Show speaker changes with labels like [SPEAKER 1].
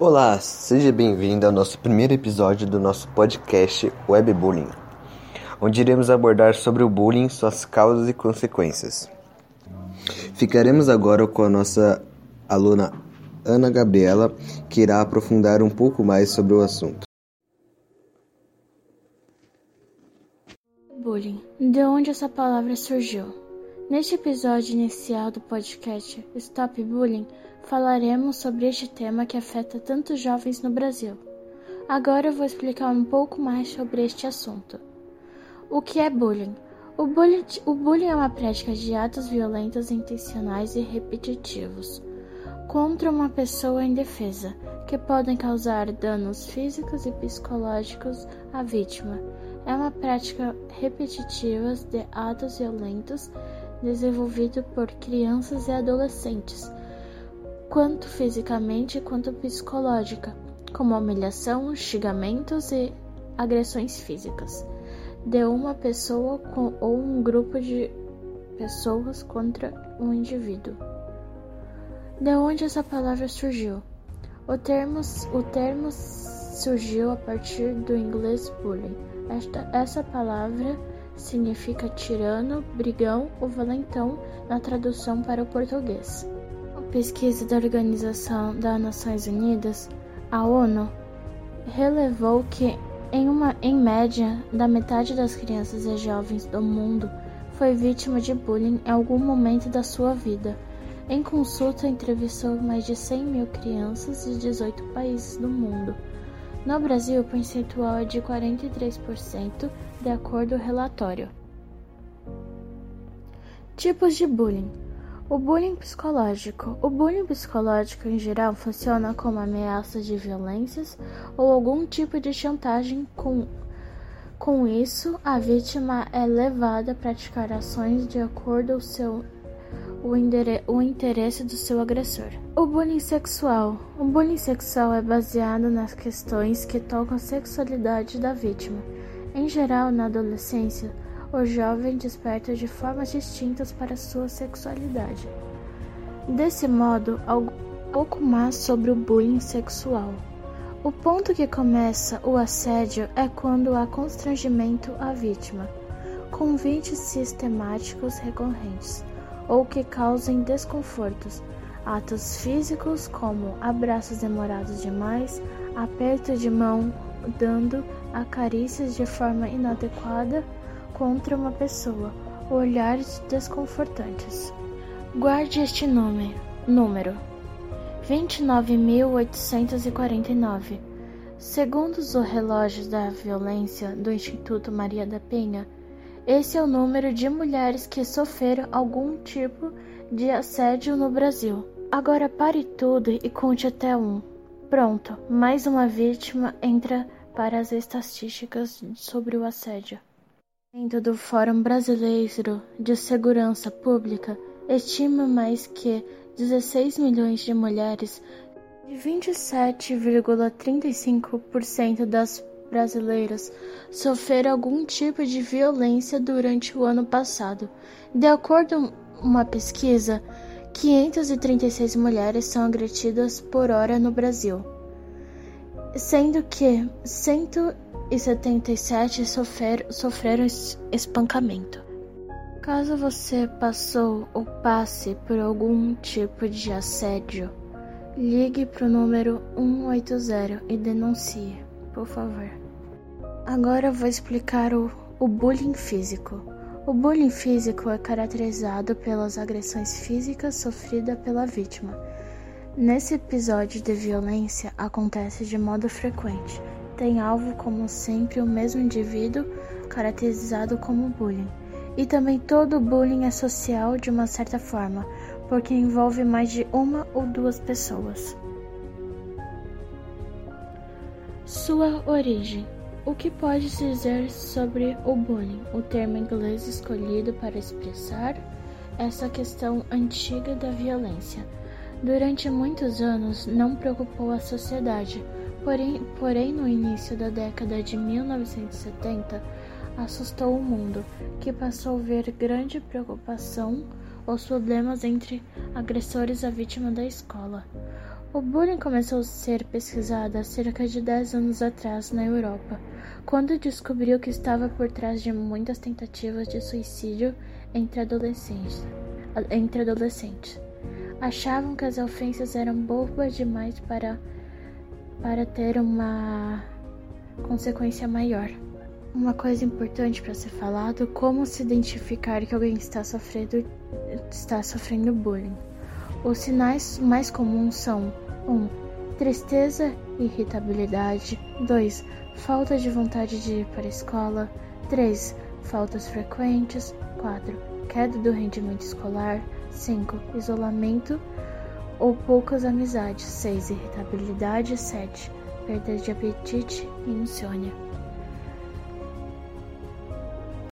[SPEAKER 1] Olá, seja bem-vindo ao nosso primeiro episódio do nosso podcast Webbullying, onde iremos abordar sobre o bullying, suas causas e consequências. Ficaremos agora com a nossa aluna Ana Gabriela, que irá aprofundar um pouco mais sobre o assunto.
[SPEAKER 2] Bullying. De onde essa palavra surgiu? Neste episódio inicial do podcast Stop Bullying, falaremos sobre este tema que afeta tantos jovens no Brasil. Agora eu vou explicar um pouco mais sobre este assunto. O que é bullying? O bullying é uma prática de atos violentos intencionais e repetitivos contra uma pessoa indefesa, que podem causar danos físicos e psicológicos à vítima. É uma prática repetitiva de atos violentos desenvolvido por crianças e adolescentes, quanto fisicamente quanto psicológica, como humilhação, xingamentos e agressões físicas de uma pessoa ou um grupo de pessoas contra um indivíduo. De onde essa palavra surgiu? O termo surgiu a partir do inglês bullying. Essa palavra significa tirano, brigão ou valentão na tradução para o português. A pesquisa da Organização das Nações Unidas, a ONU, relevou que, em média, da metade das crianças e jovens do mundo foi vítima de bullying em algum momento da sua vida. Em consulta, entrevistou mais de 100 mil crianças de 18 países do mundo. No Brasil, o percentual é de 43%, de acordo com o relatório. Tipos de bullying. O bullying psicológico. O bullying psicológico, em geral, funciona como ameaças de violências ou algum tipo de chantagem. Com isso, a vítima é levada a praticar ações de acordo com o interesse do seu agressor. O bullying sexual. O bullying sexual é baseado nas questões que tocam a sexualidade da vítima. Em geral, na adolescência, o jovem desperta de formas distintas para sua sexualidade. Desse modo, um pouco mais sobre o bullying sexual. O ponto que começa o assédio é quando há constrangimento à vítima, convites sistemáticos recorrentes, ou que causem desconfortos, atos físicos como abraços demorados demais, aperto de mão dando a carícias de forma inadequada contra uma pessoa, olhares desconfortantes. Guarde este número 29.849. Segundo os relógios da violência do Instituto Maria da Penha, esse é o número de mulheres que sofreram algum tipo de assédio no Brasil. Agora pare tudo e conte até 1. Pronto, mais uma vítima entra para as estatísticas sobre o assédio. Dentro do Fórum Brasileiro de Segurança Pública, estima mais que 16 milhões de mulheres, e 27,35% das brasileiras sofreram algum tipo de violência durante o ano passado. De acordo com uma pesquisa, 536 mulheres são agredidas por hora no Brasil, sendo que 177 sofreram espancamento. Caso você passou ou passe por algum tipo de assédio, ligue para o número 180 e denuncie, por favor. Agora eu vou explicar o bullying físico. O bullying físico é caracterizado pelas agressões físicas sofridas pela vítima. Nesse episódio de violência acontece de modo frequente. Tem alvo como sempre o mesmo indivíduo, caracterizado como bullying. E também todo bullying é social de uma certa forma, porque envolve mais de uma ou duas pessoas. Sua origem. O que pode-se dizer sobre o bullying? O termo inglês escolhido para expressar essa questão antiga da violência. Durante muitos anos não preocupou a sociedade, porém no início da década de 1970 assustou o mundo, que passou a ver grande preocupação os problemas entre agressores e a vítima da escola. O bullying começou a ser pesquisado há cerca de 10 anos atrás na Europa, quando descobriu que estava por trás de muitas tentativas de suicídio entre adolescentes. Achavam que as ofensas eram bobas demais para ter uma consequência maior. Uma coisa importante para ser falado: como se identificar que alguém está sofrendo bullying. Os sinais mais comuns são 1. Tristeza e irritabilidade. 2. Falta de vontade de ir para a escola. 3. Faltas frequentes. 4. Queda do rendimento escolar. 5. Isolamento ou poucas amizades. 6. Irritabilidade. 7. Perda de apetite e insônia.